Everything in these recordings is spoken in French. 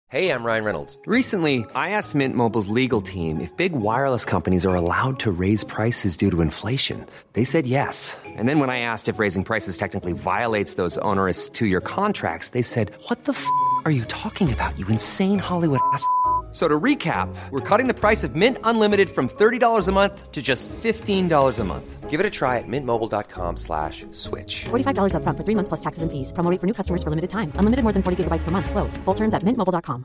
Hey, I'm Ryan Reynolds. Recently, I asked Mint Mobile's legal team if big wireless companies are allowed to raise prices due to inflation. They said yes. And then when I asked if raising prices technically violates those onerous two-year contracts, they said, "What the f*** are you talking about, you insane Hollywood ass?" So to recap, we're cutting the price of Mint Unlimited from $30 a month to just $15 a month. Give it a try at mintmobile.com/switch. $45 up front for 3 months plus taxes and fees. Promo rate for new customers for limited time. Unlimited more than 40 gigabytes per month. Slows full terms at mintmobile.com.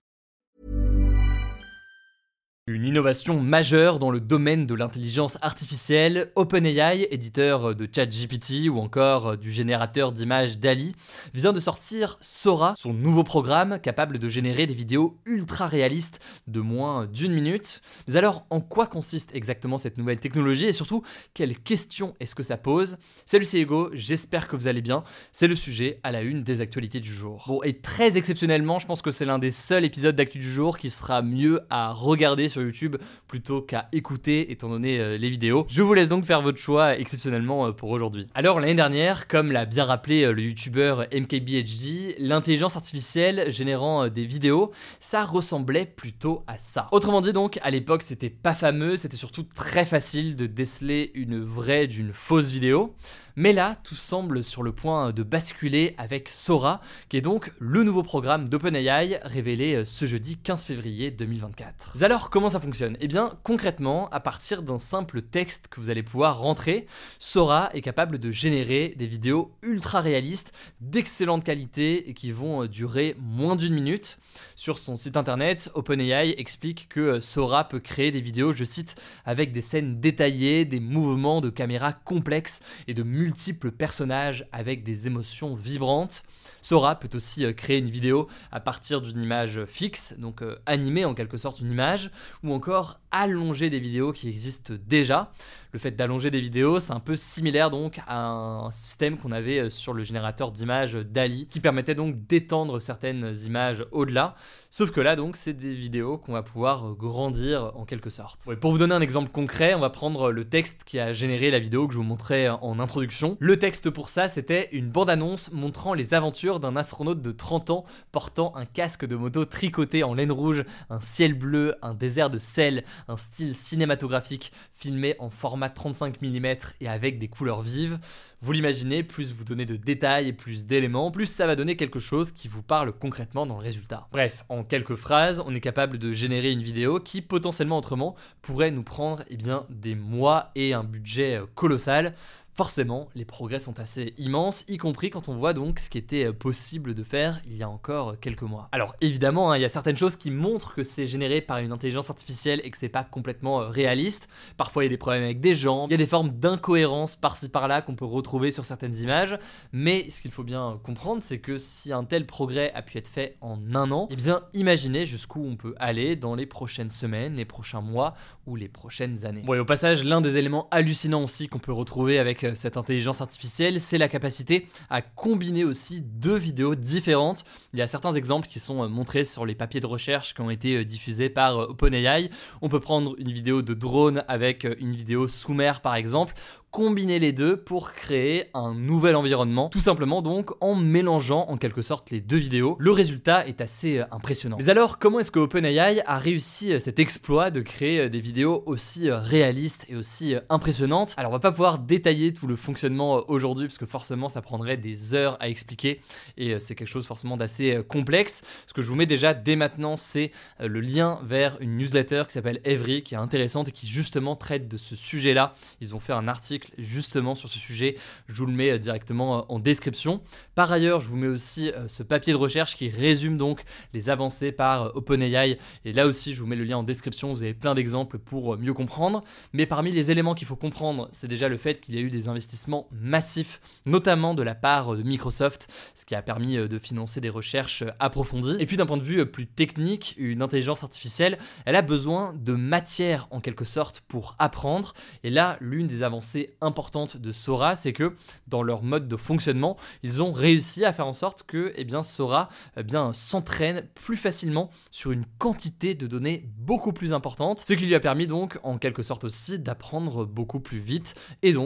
Une innovation majeure dans le domaine de l'intelligence artificielle, OpenAI, éditeur de ChatGPT ou encore du générateur d'images DALL-E, vient de sortir Sora, son nouveau programme capable de générer des vidéos ultra réalistes de moins d'1 minute. Mais alors, en quoi consiste exactement cette nouvelle technologie et surtout, quelles questions est-ce que ça pose ? Salut, c'est Hugo, j'espère que vous allez bien. C'est le sujet à la une des actualités du jour. Bon, et très exceptionnellement, je pense que c'est l'un des seuls épisodes d'actu du jour qui sera mieux à regarder sur YouTube plutôt qu'à écouter étant donné les vidéos. Je vous laisse donc faire votre choix exceptionnellement pour aujourd'hui. Alors l'année dernière, comme l'a bien rappelé le youtubeur MKBHD, l'intelligence artificielle générant des vidéos, ça ressemblait plutôt à ça. Autrement dit donc, à l'époque c'était pas fameux, c'était surtout très facile de déceler une vraie d'une fausse vidéo. Mais là, tout semble sur le point de basculer avec Sora, qui est donc le nouveau programme d'OpenAI révélé ce jeudi 15 février 2024. Mais alors, comment ça fonctionne ? Eh bien, concrètement, à partir d'un simple texte que vous allez pouvoir rentrer, Sora est capable de générer des vidéos ultra réalistes, d'excellente qualité et qui vont durer moins d'1 minute. Sur son site internet, OpenAI explique que Sora peut créer des vidéos, je cite, avec des scènes détaillées, des mouvements de caméra complexes et de multiples personnages avec des émotions vibrantes. Sora peut aussi créer une vidéo à partir d'une image fixe, donc animer en quelque sorte une image, ou encore allonger des vidéos qui existent déjà. Le fait d'allonger des vidéos, c'est un peu similaire donc à un système qu'on avait sur le générateur d'images DALL-E, qui permettait donc d'étendre certaines images au-delà. Sauf que là donc, c'est des vidéos qu'on va pouvoir grandir en quelque sorte. Ouais, pour vous donner un exemple concret, on va prendre le texte qui a généré la vidéo que je vous montrais en introduction. Le texte pour ça, c'était une bande-annonce montrant les aventures d'un astronaute de 30 ans portant un casque de moto tricoté en laine rouge, un ciel bleu, un désert de sel, un style cinématographique filmé en format 35 mm et avec des couleurs vives. Vous l'imaginez, plus vous donnez de détails et plus d'éléments, plus ça va donner quelque chose qui vous parle concrètement dans le résultat. Bref, en quelques phrases, on est capable de générer une vidéo qui potentiellement autrement pourrait nous prendre des mois et un budget colossal. Forcément, les progrès sont assez immenses, y compris quand on voit donc ce qui était possible de faire il y a encore quelques mois. Alors évidemment, il y a certaines choses qui montrent que c'est généré par une intelligence artificielle et que c'est pas complètement réaliste. Parfois il y a des problèmes avec des gens, il y a des formes d'incohérence par-ci par-là qu'on peut retrouver sur certaines images, mais ce qu'il faut bien comprendre, c'est que si un tel progrès a pu être fait en 1 an, eh bien imaginez jusqu'où on peut aller dans les prochaines semaines, les prochains mois ou les prochaines années. Bon, et au passage, l'un des éléments hallucinants aussi qu'on peut retrouver avec cette intelligence artificielle, c'est la capacité à combiner aussi 2 vidéos différentes. Il y a certains exemples qui sont montrés sur les papiers de recherche qui ont été diffusés par OpenAI. On peut prendre une vidéo de drone avec une vidéo sous mer par exemple, combiner les deux pour créer un nouvel environnement, tout simplement donc en mélangeant en quelque sorte les 2 vidéos. Le résultat est assez impressionnant. Mais alors, comment est-ce que OpenAI a réussi cet exploit de créer des vidéos aussi réalistes et aussi impressionnantes ? Alors on va pas pouvoir détailler tout le fonctionnement aujourd'hui parce que forcément ça prendrait des heures à expliquer et c'est quelque chose forcément d'assez complexe. Ce que je vous mets déjà dès maintenant, c'est le lien vers une newsletter qui s'appelle Every, qui est intéressante et qui justement traite de ce sujet-là. Ils ont fait un article justement sur ce sujet, je vous le mets directement en description. Par ailleurs, je vous mets aussi ce papier de recherche qui résume donc les avancées par OpenAI, et là aussi je vous mets le lien en description, vous avez plein d'exemples pour mieux comprendre. Mais parmi les éléments qu'il faut comprendre, c'est déjà le fait qu'il y a eu des investissements massifs, notamment de la part de Microsoft, ce qui a permis de financer des recherches approfondies. Et puis d'un point de vue plus technique, une intelligence artificielle, elle a besoin de matière en quelque sorte pour apprendre, et là l'une des avancées importante de Sora, c'est que dans leur mode de fonctionnement, ils ont réussi à faire en sorte que Sora s'entraîne plus facilement sur une quantité de données beaucoup plus importante, ce qui lui a permis donc en quelque sorte aussi d'apprendre beaucoup plus vite et donc d'arriver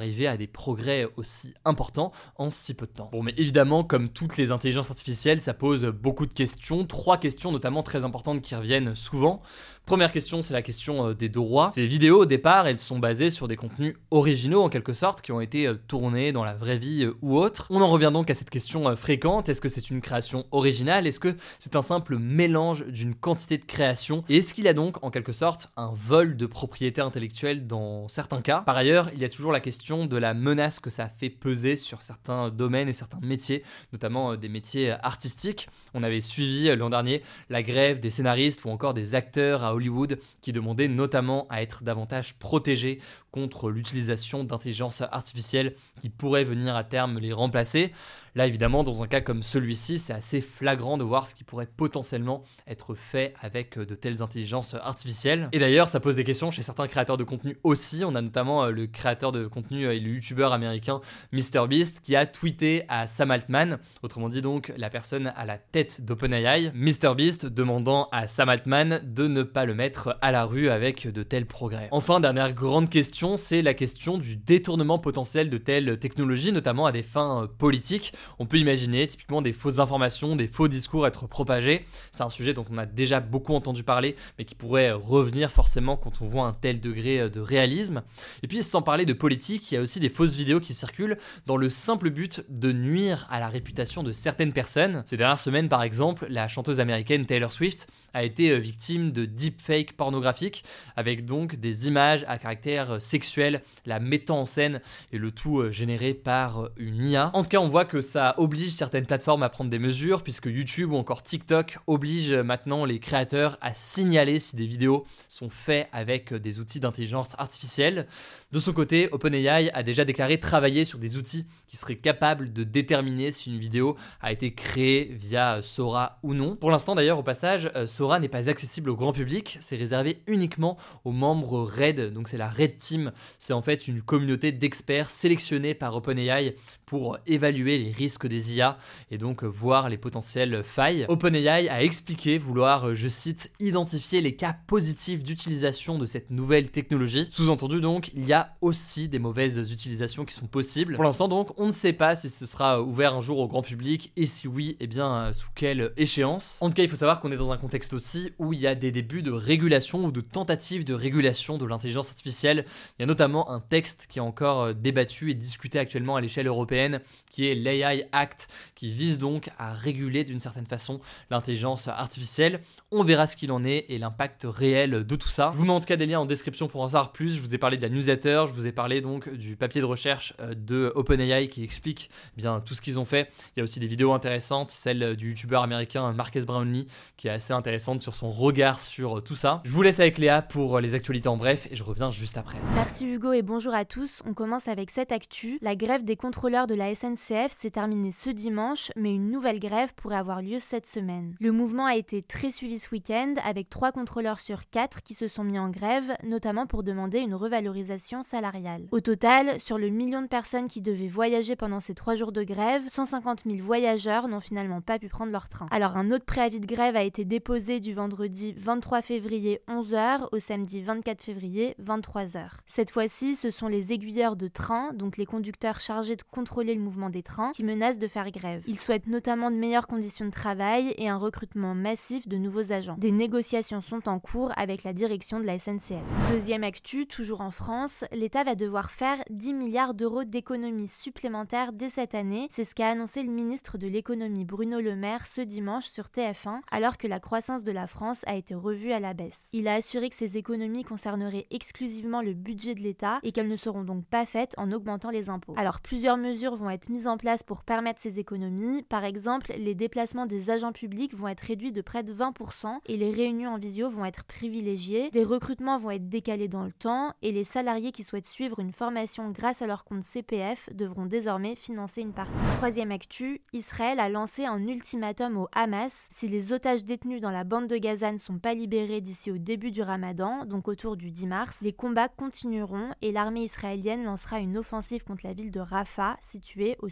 d'arriver à des progrès aussi importants en si peu de temps. Bon, mais évidemment, comme toutes les intelligences artificielles, ça pose beaucoup de questions, 3 questions notamment très importantes qui reviennent souvent. Première question, c'est la question des droits. Ces vidéos, au départ, elles sont basées sur des contenus originaux, en quelque sorte, qui ont été tournés dans la vraie vie ou autre. On en revient donc à cette question fréquente. Est-ce que c'est une création originale? Est-ce que c'est un simple mélange d'une quantité de créations? Et est-ce qu'il y a donc, en quelque sorte, un vol de propriété intellectuelle dans certains cas? Par ailleurs, il y a toujours la question de la menace que ça fait peser sur certains domaines et certains métiers, notamment des métiers artistiques. On avait suivi l'an dernier la grève des scénaristes ou encore des acteurs à Hollywood qui demandaient notamment à être davantage protégés contre l'utilisation d'intelligence artificielle qui pourrait venir à terme les remplacer. Là, évidemment, dans un cas comme celui-ci, c'est assez flagrant de voir ce qui pourrait potentiellement être fait avec de telles intelligences artificielles. Et d'ailleurs, ça pose des questions chez certains créateurs de contenu aussi. On a notamment le créateur de contenu et le youtubeur américain MrBeast qui a tweeté à Sam Altman, autrement dit donc la personne à la tête d'OpenAI, MrBeast demandant à Sam Altman de ne pas le mettre à la rue avec de tels progrès. Enfin, dernière grande question, c'est la question du détournement potentiel de telles technologies, notamment à des fins politiques. On peut imaginer typiquement des fausses informations, des faux discours être propagés. C'est un sujet dont on a déjà beaucoup entendu parler, mais qui pourrait revenir forcément quand on voit un tel degré de réalisme. Et puis sans parler de politique, il y a aussi des fausses vidéos qui circulent dans le simple but de nuire à la réputation de certaines personnes. Ces dernières semaines par exemple, la chanteuse américaine Taylor Swift a été victime de deepfakes pornographiques, avec donc des images à caractère sexuel, la mettant en scène et le tout généré par une IA. En tout cas, on voit que ça oblige certaines plateformes à prendre des mesures, puisque YouTube ou encore TikTok obligent maintenant les créateurs à signaler si des vidéos sont faites avec des outils d'intelligence artificielle. De son côté, OpenAI a déjà déclaré travailler sur des outils qui seraient capables de déterminer si une vidéo a été créée via Sora ou non. Pour l'instant d'ailleurs, au passage, Sora n'est pas accessible au grand public, c'est réservé uniquement aux membres RAID, donc c'est la RAID Team. C'est en fait une communauté d'experts sélectionnés par OpenAI pour évaluer les risques des IA et donc voir les potentielles failles. OpenAI a expliqué vouloir, je cite, identifier les cas positifs d'utilisation de cette nouvelle technologie. Sous-entendu donc, il y a aussi des mauvaises utilisations qui sont possibles. Pour l'instant donc, on ne sait pas si ce sera ouvert un jour au grand public et si oui, eh bien sous quelle échéance. En tout cas, il faut savoir qu'on est dans un contexte aussi où il y a des débuts de régulation ou de tentatives de régulation de l'intelligence artificielle. Il y a notamment un texte qui est encore débattu et discuté actuellement à l'échelle européenne, qui est l'AI Act, qui vise donc à réguler d'une certaine façon l'intelligence artificielle. On verra ce qu'il en est et l'impact réel de tout ça. Je vous mets en tout cas des liens en description pour en savoir plus. Je vous ai parlé de la newsletter, je vous ai parlé donc du papier de recherche de OpenAI qui explique bien tout ce qu'ils ont fait. Il y a aussi des vidéos intéressantes, celle du youtubeur américain Marques Brownlee qui est assez intéressante sur son regard sur tout ça. Je vous laisse avec Léa pour les actualités en bref et je reviens juste après. Merci Hugo et bonjour à tous. On commence avec cette actu. La grève des contrôleurs de la SNCF s'est terminée ce dimanche, mais une nouvelle grève pourrait avoir lieu cette semaine. Le mouvement a été très suivi ce week-end, avec 3 contrôleurs sur 4 qui se sont mis en grève, notamment pour demander une revalorisation salariale. Au total, sur le million de personnes qui devaient voyager pendant ces 3 jours de grève, 150 000 voyageurs n'ont finalement pas pu prendre leur train. Alors un autre préavis de grève a été déposé du vendredi 23 février 11h au samedi 24 février 23h. Cette fois-ci, ce sont les aiguilleurs de train, donc les conducteurs chargés de contrôler le mouvement des trains, qui menacent de faire grève. Ils souhaitent notamment de meilleures conditions de travail et un recrutement massif de nouveaux agents. Des négociations sont en cours avec la direction de la SNCF. Deuxième actu, toujours en France, l'État va devoir faire 10 milliards d'euros d'économies supplémentaires dès cette année. C'est ce qu'a annoncé le ministre de l'économie Bruno Le Maire ce dimanche sur TF1, alors que la croissance de la France a été revue à la baisse. Il a assuré que ces économies concerneraient exclusivement le budget de l'État et qu'elles ne seront donc pas faites en augmentant les impôts. Alors plusieurs mesures vont être mises en place pour permettre ces économies. Par exemple, les déplacements des agents publics vont être réduits de près de 20% et les réunions en visio vont être privilégiées. Des recrutements vont être décalés dans le temps et les salariés qui souhaitent suivre une formation grâce à leur compte CPF devront désormais financer une partie. Troisième actu, Israël a lancé un ultimatum au Hamas. Si les otages détenus dans la bande de Gaza ne sont pas libérés d'ici au début du Ramadan, donc autour du 10 mars, les combats continueront et l'armée israélienne lancera une offensive contre la ville de Rafah, située au sud de Gaza.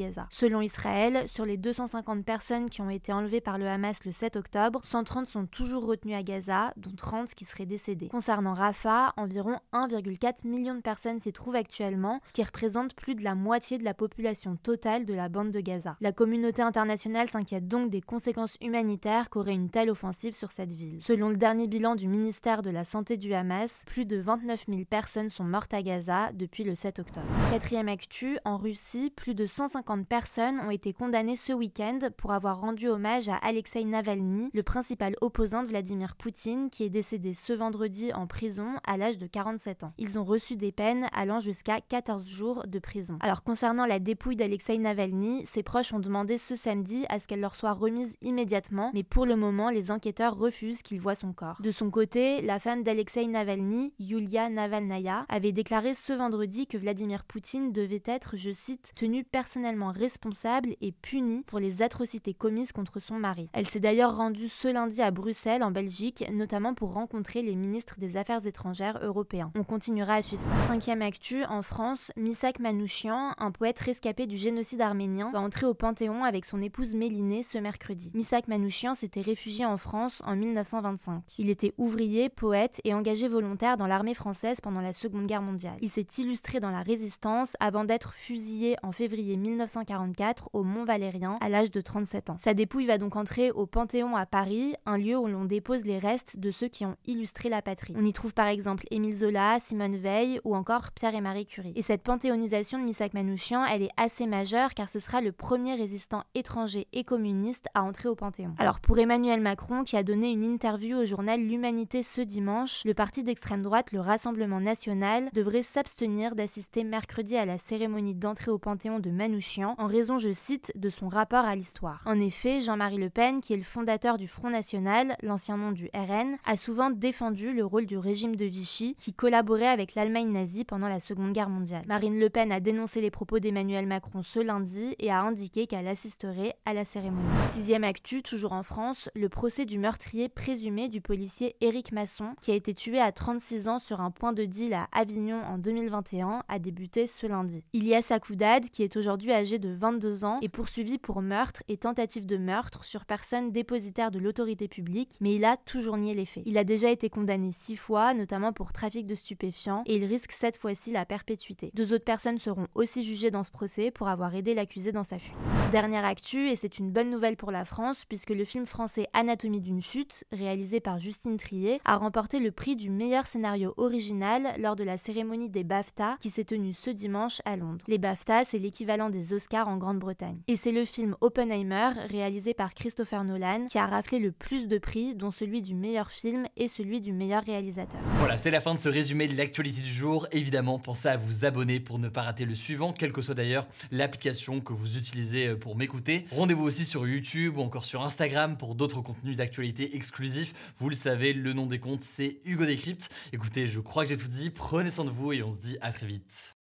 Gaza. Selon Israël, sur les 250 personnes qui ont été enlevées par le Hamas le 7 octobre, 130 sont toujours retenues à Gaza, dont 30 qui seraient décédées. Concernant Rafah, environ 1,4 million de personnes s'y trouvent actuellement, ce qui représente plus de la moitié de la population totale de la bande de Gaza. La communauté internationale s'inquiète donc des conséquences humanitaires qu'aurait une telle offensive sur cette ville. Selon le dernier bilan du ministère de la Santé du Hamas, plus de 29 000 personnes sont mortes à Gaza depuis le 7 octobre. Quatrième actu, en Russie, plus de 150 personnes ont été condamnées ce week-end pour avoir rendu hommage à Alexeï Navalny, le principal opposant de Vladimir Poutine, qui est décédé ce vendredi en prison à l'âge de 47 ans. Ils ont reçu des peines allant jusqu'à 14 jours de prison. Alors concernant la dépouille d'Alexeï Navalny, ses proches ont demandé ce samedi à ce qu'elle leur soit remise immédiatement, mais pour le moment, les enquêteurs refusent qu'ils voient son corps. De son côté, la femme d'Alexeï Navalny, Yulia Navalnaya, avait déclaré ce vendredi que Vladimir Poutine devait être, je cite, tenu personnellement responsable et puni pour les atrocités commises contre son mari. Elle s'est d'ailleurs rendue ce lundi à Bruxelles, en Belgique, notamment pour rencontrer les ministres des Affaires étrangères européens. On continuera à suivre ça. Cinquième actu, en France, Missak Manouchian, un poète rescapé du génocide arménien, va entrer au Panthéon avec son épouse Mélinée ce mercredi. Missak Manouchian s'était réfugié en France en 1925. Il était ouvrier, poète et engagé volontaire dans l'armée française pendant la Seconde Guerre mondiale. Il s'est illustré dans la Résistance avant d'être fusillé en février 1944 au Mont-Valérien à l'âge de 37 ans. Sa dépouille va donc entrer au Panthéon à Paris, un lieu où l'on dépose les restes de ceux qui ont illustré la patrie. On y trouve par exemple Émile Zola, Simone Veil ou encore Pierre et Marie Curie. Et cette panthéonisation de Missak Manouchian, elle est assez majeure car ce sera le premier résistant étranger et communiste à entrer au Panthéon. Alors pour Emmanuel Macron, qui a donné une interview au journal L'Humanité ce dimanche, le parti d'extrême droite, le Rassemblement National, devrait s'abstenir d'assister mercredi à la cérémonie d'entrée au Panthéon de Manouchian en raison, je cite, de son rapport à l'histoire. En effet, Jean-Marie Le Pen, qui est le fondateur du Front National, l'ancien nom du RN, a souvent défendu le rôle du régime de Vichy qui collaborait avec l'Allemagne nazie pendant la Seconde Guerre mondiale. Marine Le Pen a dénoncé les propos d'Emmanuel Macron ce lundi et a indiqué qu'elle assisterait à la cérémonie. Sixième actu, toujours en France, le procès du meurtrier présumé du policier Éric Masson, qui a été tué à 36 ans sur un point de deal à Avignon en 2021, a débuté ce lundi. Ilyas Akoudad, qui est aujourd'hui âgé de 22 ans, est poursuivi pour meurtre et tentative de meurtre sur personne dépositaire de l'autorité publique, mais il a toujours nié les faits. Il a déjà été condamné 6 fois, notamment pour trafic de stupéfiants, et il risque cette fois-ci la perpétuité. 2 autres personnes seront aussi jugées dans ce procès pour avoir aidé l'accusé dans sa fuite. Dernière actu, et c'est une bonne nouvelle pour la France, puisque le film français Anatomie d'une chute, réalisé par Justine Triet, a remporté le prix du meilleur scénario original lors de la cérémonie des BAFTA qui s'est tenue ce dimanche à Londres. Les BAFTA, c'est l'équivalent des Oscars en Grande-Bretagne. Et c'est le film Oppenheimer, réalisé par Christopher Nolan, qui a raflé le plus de prix, dont celui du meilleur film et celui du meilleur réalisateur. Voilà, c'est la fin de ce résumé de l'actualité du jour. Évidemment, pensez à vous abonner pour ne pas rater le suivant, quelle que soit d'ailleurs l'application que vous utilisez pour m'écouter. Rendez-vous aussi sur YouTube ou encore sur Instagram pour d'autres contenus d'actualité exclusifs. Vous le savez, le nom des comptes, c'est Hugo Décrypte. Écoutez, je crois que j'ai tout dit. Prenez soin de vous et on se dit à très vite.